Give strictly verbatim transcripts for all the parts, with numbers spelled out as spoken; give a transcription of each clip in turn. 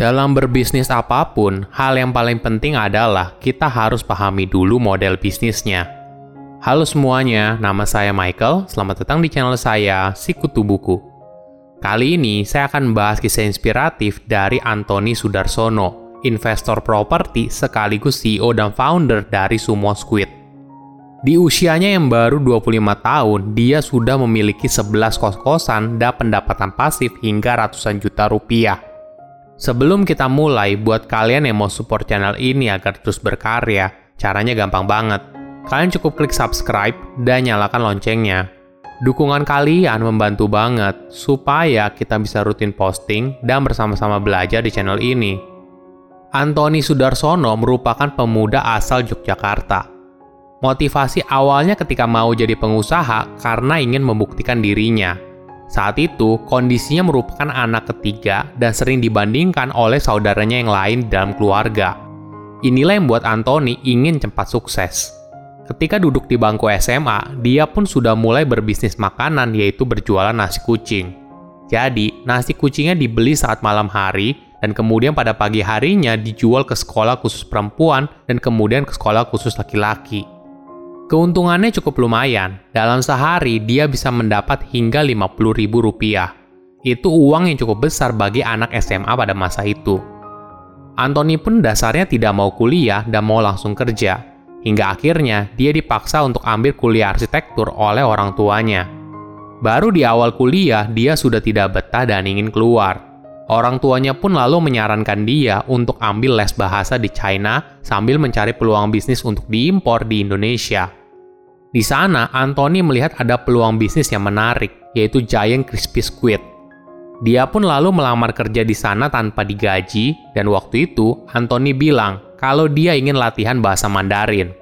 Dalam berbisnis apapun, hal yang paling penting adalah kita harus pahami dulu model bisnisnya. Halo semuanya, nama saya Michael. Selamat datang di channel saya, Sikutu Buku. Kali ini saya akan membahas kisah inspiratif dari Anthony Sudarsono, investor properti sekaligus C E O dan founder dari Sumo Squid. Di usianya yang baru dua puluh lima tahun, dia sudah memiliki sebelas kos-kosan dan pendapatan pasif hingga ratusan juta rupiah. Sebelum kita mulai, buat kalian yang mau support channel ini agar terus berkarya, caranya gampang banget. Kalian cukup klik subscribe dan nyalakan loncengnya. Dukungan kalian membantu banget supaya kita bisa rutin posting dan bersama-sama belajar di channel ini. Anthony Sudarsono merupakan pemuda asal Yogyakarta. Motivasi awalnya ketika mau jadi pengusaha karena ingin membuktikan dirinya. Saat itu, kondisinya merupakan anak ketiga dan sering dibandingkan oleh saudaranya yang lain dalam keluarga. Inilah yang membuat Anthony ingin cepat sukses. Ketika duduk di bangku S M A, dia pun sudah mulai berbisnis makanan, yaitu berjualan nasi kucing. Jadi, nasi kucingnya dibeli saat malam hari, dan kemudian pada pagi harinya dijual ke sekolah khusus perempuan dan kemudian ke sekolah khusus laki-laki. Keuntungannya cukup lumayan. Dalam sehari, dia bisa mendapat hingga lima puluh ribu rupiah. Itu uang yang cukup besar bagi anak S M A pada masa itu. Anthony pun dasarnya tidak mau kuliah dan mau langsung kerja. Hingga akhirnya, dia dipaksa untuk ambil kuliah arsitektur oleh orang tuanya. Baru di awal kuliah, dia sudah tidak betah dan ingin keluar. Orang tuanya pun lalu menyarankan dia untuk ambil les bahasa di China sambil mencari peluang bisnis untuk diimpor di Indonesia. Di sana, Anthony melihat ada peluang bisnis yang menarik, yaitu Giant Crispy Squid. Dia pun lalu melamar kerja di sana tanpa digaji, dan waktu itu Anthony bilang kalau dia ingin latihan bahasa Mandarin.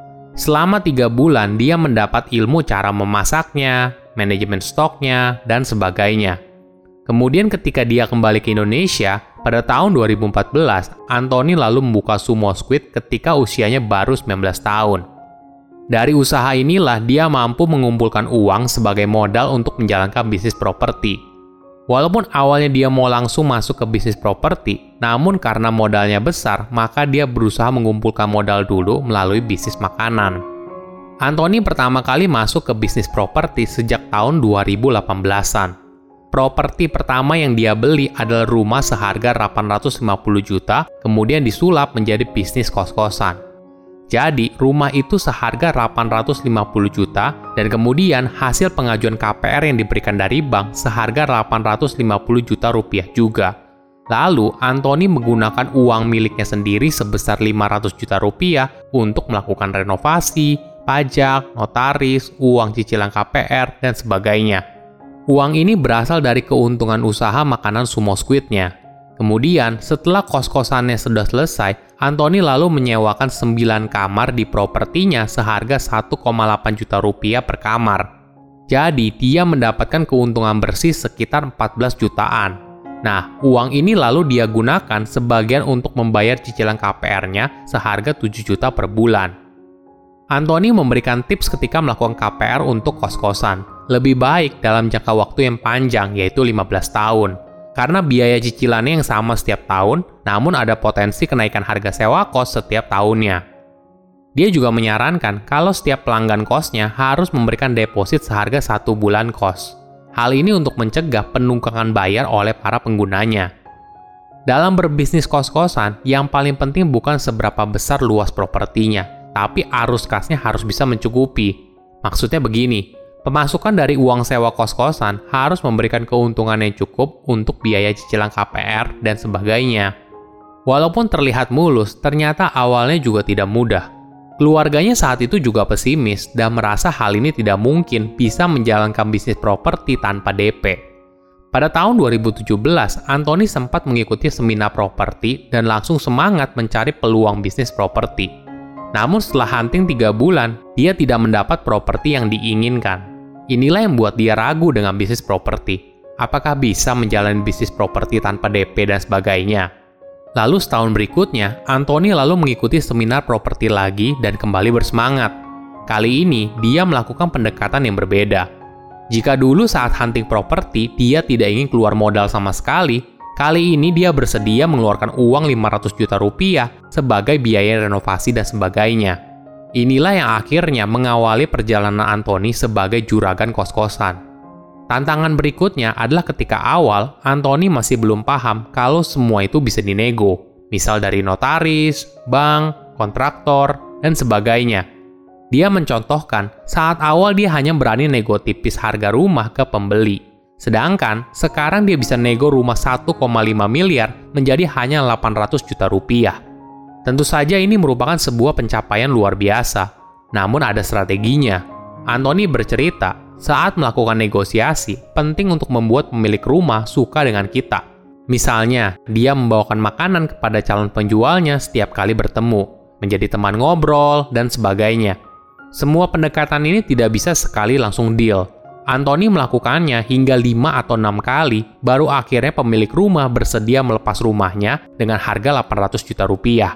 Selama tiga bulan, dia mendapat ilmu cara memasaknya, manajemen stoknya, dan sebagainya. Kemudian ketika dia kembali ke Indonesia, pada tahun dua ribu empat belas, Anthony lalu membuka Sumo Squid ketika usianya baru sembilan belas tahun. Dari usaha inilah dia mampu mengumpulkan uang sebagai modal untuk menjalankan bisnis properti. Walaupun awalnya dia mau langsung masuk ke bisnis properti, namun karena modalnya besar, maka dia berusaha mengumpulkan modal dulu melalui bisnis makanan. Anthony pertama kali masuk ke bisnis properti sejak tahun dua ribu delapan belasan. Properti pertama yang dia beli adalah rumah seharga delapan ratus lima puluh juta, kemudian disulap menjadi bisnis kos-kosan. Jadi, rumah itu seharga delapan ratus lima puluh juta, dan kemudian hasil pengajuan K P R yang diberikan dari bank seharga delapan ratus lima puluh juta rupiah juga. Lalu, Anthony menggunakan uang miliknya sendiri sebesar lima ratus juta rupiah untuk melakukan renovasi, pajak, notaris, uang cicilan K P R, dan sebagainya. Uang ini berasal dari keuntungan usaha makanan Sumo Squid-nya. Kemudian, setelah kos-kosannya sudah selesai, Anthony lalu menyewakan sembilan kamar di propertinya seharga satu koma delapan juta rupiah per kamar. Jadi, dia mendapatkan keuntungan bersih sekitar empat belas jutaan. Nah, uang ini lalu dia gunakan sebagian untuk membayar cicilan K P R-nya seharga tujuh juta per bulan. Anthony memberikan tips ketika melakukan K P R untuk kos-kosan. Lebih baik dalam jangka waktu yang panjang, yaitu lima belas tahun. Karena biaya cicilannya yang sama setiap tahun, namun ada potensi kenaikan harga sewa kos setiap tahunnya. Dia juga menyarankan kalau setiap pelanggan kosnya harus memberikan deposit seharga satu bulan kos. Hal ini untuk mencegah penunggangan bayar oleh para penggunanya. Dalam berbisnis kos-kosan, yang paling penting bukan seberapa besar luas propertinya, tapi arus kasnya harus bisa mencukupi. Maksudnya begini, pemasukan dari uang sewa kos-kosan harus memberikan keuntungan yang cukup untuk biaya cicilan K P R dan sebagainya. Walaupun terlihat mulus, ternyata awalnya juga tidak mudah. Keluarganya saat itu juga pesimis dan merasa hal ini tidak mungkin bisa menjalankan bisnis properti tanpa D P. Pada tahun dua ribu tujuh belas, Anthony sempat mengikuti seminar properti dan langsung semangat mencari peluang bisnis properti. Namun setelah hunting tiga bulan, dia tidak mendapat properti yang diinginkan. Inilah yang membuat dia ragu dengan bisnis properti. Apakah bisa menjalani bisnis properti tanpa D P dan sebagainya? Lalu setahun berikutnya, Anthony lalu mengikuti seminar properti lagi dan kembali bersemangat. Kali ini, dia melakukan pendekatan yang berbeda. Jika dulu saat hunting properti, dia tidak ingin keluar modal sama sekali, Kali ini dia bersedia mengeluarkan uang lima ratus juta rupiah sebagai biaya renovasi dan sebagainya. Inilah yang akhirnya mengawali perjalanan Anthony sebagai juragan kos-kosan. Tantangan berikutnya adalah ketika awal, Anthony masih belum paham kalau semua itu bisa dinego. Misal dari notaris, bank, kontraktor, dan sebagainya. Dia mencontohkan, saat awal dia hanya berani nego tipis harga rumah ke pembeli. Sedangkan, sekarang dia bisa nego rumah satu koma lima miliar menjadi hanya delapan ratus juta rupiah. Tentu saja ini merupakan sebuah pencapaian luar biasa. Namun ada strateginya. Anthony bercerita, saat melakukan negosiasi, penting untuk membuat pemilik rumah suka dengan kita. Misalnya, dia membawakan makanan kepada calon penjualnya setiap kali bertemu, menjadi teman ngobrol, dan sebagainya. Semua pendekatan ini tidak bisa sekali langsung deal. Anthony melakukannya hingga lima atau enam kali, baru akhirnya pemilik rumah bersedia melepas rumahnya dengan harga delapan ratus juta rupiah.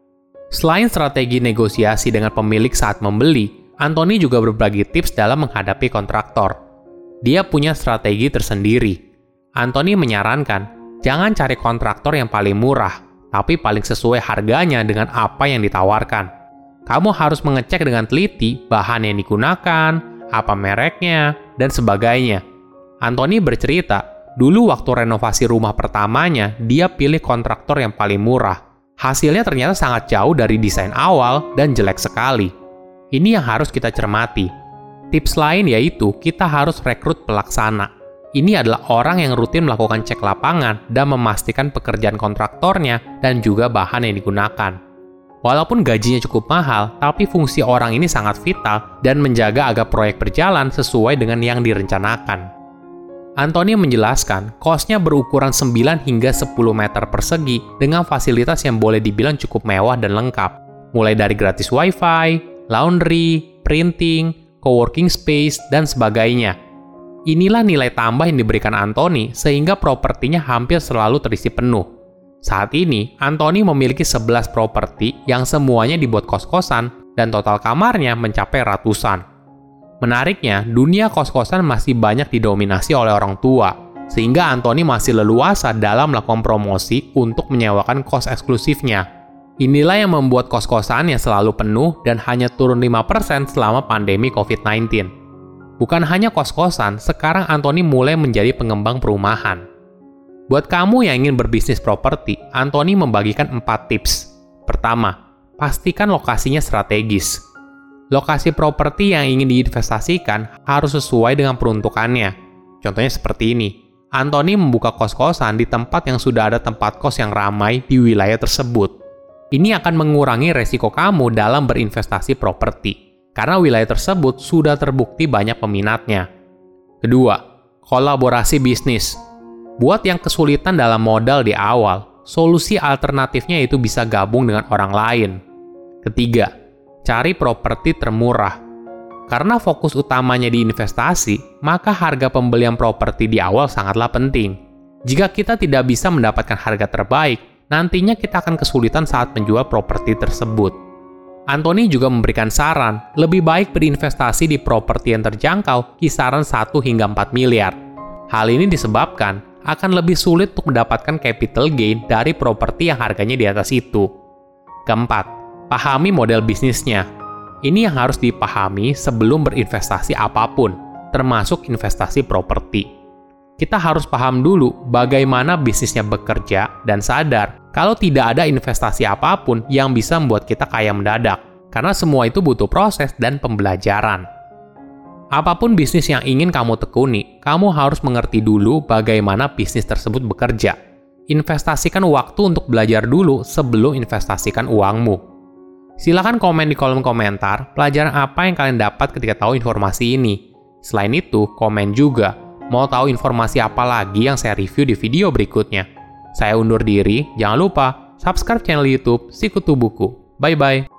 Selain strategi negosiasi dengan pemilik saat membeli, Anthony juga berbagi tips dalam menghadapi kontraktor. Dia punya strategi tersendiri. Anthony menyarankan, jangan cari kontraktor yang paling murah, tapi paling sesuai harganya dengan apa yang ditawarkan. Kamu harus mengecek dengan teliti bahan yang digunakan, apa mereknya, dan sebagainya. Anthony bercerita, dulu waktu renovasi rumah pertamanya, dia pilih kontraktor yang paling murah. Hasilnya ternyata sangat jauh dari desain awal dan jelek sekali. Ini yang harus kita cermati. Tips lain yaitu kita harus rekrut pelaksana. Ini adalah orang yang rutin melakukan cek lapangan dan memastikan pekerjaan kontraktornya dan juga bahan yang digunakan. Walaupun gajinya cukup mahal, tapi fungsi orang ini sangat vital dan menjaga agar proyek berjalan sesuai dengan yang direncanakan. Anthony menjelaskan, kosnya berukuran sembilan hingga sepuluh meter persegi dengan fasilitas yang boleh dibilang cukup mewah dan lengkap. Mulai dari gratis wifi, laundry, printing, coworking space, dan sebagainya. Inilah nilai tambah yang diberikan Anthony sehingga propertinya hampir selalu terisi penuh. Saat ini, Anthony memiliki sebelas properti yang semuanya dibuat kos-kosan dan total kamarnya mencapai ratusan. Menariknya, dunia kos-kosan masih banyak didominasi oleh orang tua, sehingga Anthony masih leluasa dalam melakukan promosi untuk menyewakan kos eksklusifnya. Inilah yang membuat kos-kosannya selalu penuh dan hanya turun lima persen selama pandemi covid sembilan belas. Bukan hanya kos-kosan, sekarang Anthony mulai menjadi pengembang perumahan. Buat kamu yang ingin berbisnis properti, Anthony membagikan empat tips. Pertama, pastikan lokasinya strategis. Lokasi properti yang ingin diinvestasikan harus sesuai dengan peruntukannya. Contohnya seperti ini. Anthony membuka kos-kosan di tempat yang sudah ada tempat kos yang ramai di wilayah tersebut. Ini akan mengurangi resiko kamu dalam berinvestasi properti, karena wilayah tersebut sudah terbukti banyak peminatnya. Kedua, kolaborasi bisnis. Buat yang kesulitan dalam modal di awal, solusi alternatifnya itu bisa gabung dengan orang lain. Ketiga, cari properti termurah. Karena fokus utamanya di investasi, maka harga pembelian properti di awal sangatlah penting. Jika kita tidak bisa mendapatkan harga terbaik, nantinya kita akan kesulitan saat menjual properti tersebut. Anthony juga memberikan saran, lebih baik berinvestasi di properti yang terjangkau kisaran satu hingga empat miliar. Hal ini disebabkan akan lebih sulit untuk mendapatkan capital gain dari properti yang harganya di atas itu. Keempat, pahami model bisnisnya. Ini yang harus dipahami sebelum berinvestasi apapun, termasuk investasi properti. Kita harus paham dulu bagaimana bisnisnya bekerja dan sadar kalau tidak ada investasi apapun yang bisa membuat kita kaya mendadak, karena semua itu butuh proses dan pembelajaran. Apapun bisnis yang ingin kamu tekuni, kamu harus mengerti dulu bagaimana bisnis tersebut bekerja. Investasikan waktu untuk belajar dulu sebelum investasikan uangmu. Silakan komen di kolom komentar pelajaran apa yang kalian dapat ketika tahu informasi ini. Selain itu, komen juga mau tahu informasi apa lagi yang saya review di video berikutnya. Saya undur diri, jangan lupa subscribe channel YouTube Sikutu Buku. Bye-bye.